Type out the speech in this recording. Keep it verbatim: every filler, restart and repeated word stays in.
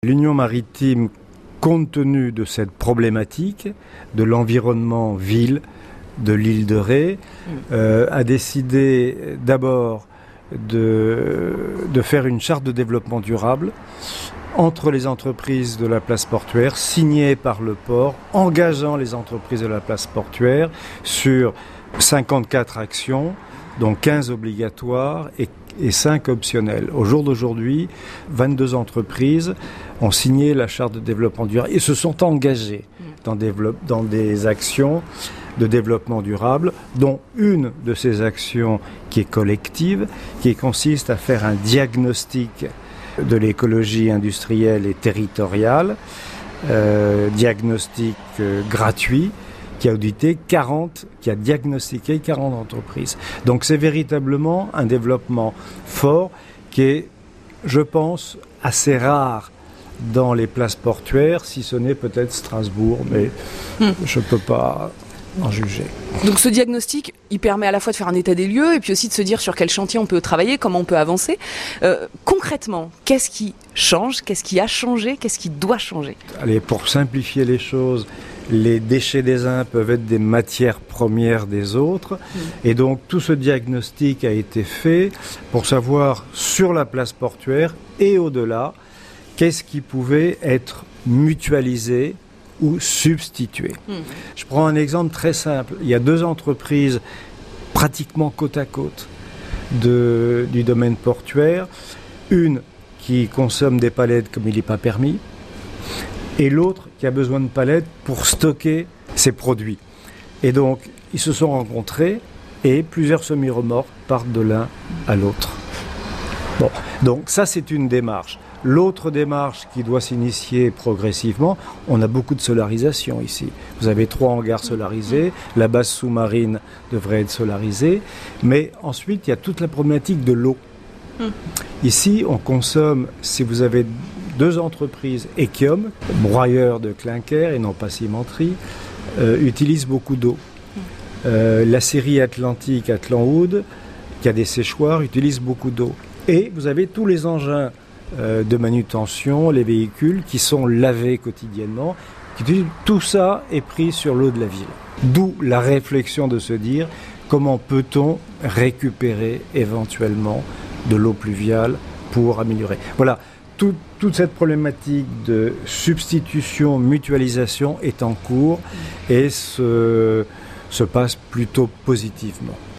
L'Union maritime, compte tenu de cette problématique, de l'environnement ville de l'île de Ré, euh, a décidé d'abord de, de faire une charte de développement durable entre les entreprises de la place portuaire, signée par le port, engageant les entreprises de la place portuaire sur cinquante-quatre actions, dont quinze obligatoires et, et cinq optionnelles. Au jour d'aujourd'hui, vingt-deux entreprises ont signé la charte de développement durable et se sont engagées dans des, dans des actions de développement durable, dont une de ces actions qui est collective, qui consiste à faire un diagnostic de l'écologie industrielle et territoriale, euh, diagnostic euh, gratuit, qui a audité quarante, qui a diagnostiqué quarante entreprises. Donc c'est véritablement un développement fort qui est, je pense, assez rare dans les places portuaires, si ce n'est peut-être Strasbourg, mais mmh. je ne peux pas en juger. Donc ce diagnostic, il permet à la fois de faire un état des lieux et puis aussi de se dire sur quel chantier on peut travailler, comment on peut avancer. Euh, concrètement, qu'est-ce qui change, qu'est-ce qui a changé, qu'est-ce qui doit changer ? Allez, pour simplifier les choses, les déchets des uns peuvent être des matières premières des autres. Mmh. Et donc tout ce diagnostic a été fait pour savoir sur la place portuaire et au-delà, qu'est-ce qui pouvait être mutualisé ou substitué. Mmh. Je prends un exemple très simple. Il y a deux entreprises pratiquement côte à côte de, du domaine portuaire. Une qui consomme des palettes comme il n'est pas permis et l'autre qui a besoin de palettes pour stocker ses produits. Et donc, ils se sont rencontrés et plusieurs semi-remorques partent de l'un à l'autre. Bon, donc ça c'est une démarche. L'autre démarche qui doit s'initier progressivement, on a beaucoup de solarisation ici. Vous avez trois hangars solarisés, la base sous-marine devrait être solarisée, mais ensuite il y a toute la problématique de l'eau. Mmh. Ici, on consomme, si vous avez deux entreprises, Ekiom, broyeur de clinker et non pas cimenterie, euh, utilisent beaucoup d'eau. Mmh. Euh, la série Atlantique, Atlanwood, qui a des séchoirs, utilise beaucoup d'eau. Et vous avez tous les engins Euh, de manutention, les véhicules qui sont lavés quotidiennement. Tout ça est pris sur l'eau de la ville. D'où la réflexion de se dire comment peut-on récupérer éventuellement de l'eau pluviale pour améliorer. Voilà, tout, toute cette problématique de substitution, mutualisation est en cours et se, se passe plutôt positivement.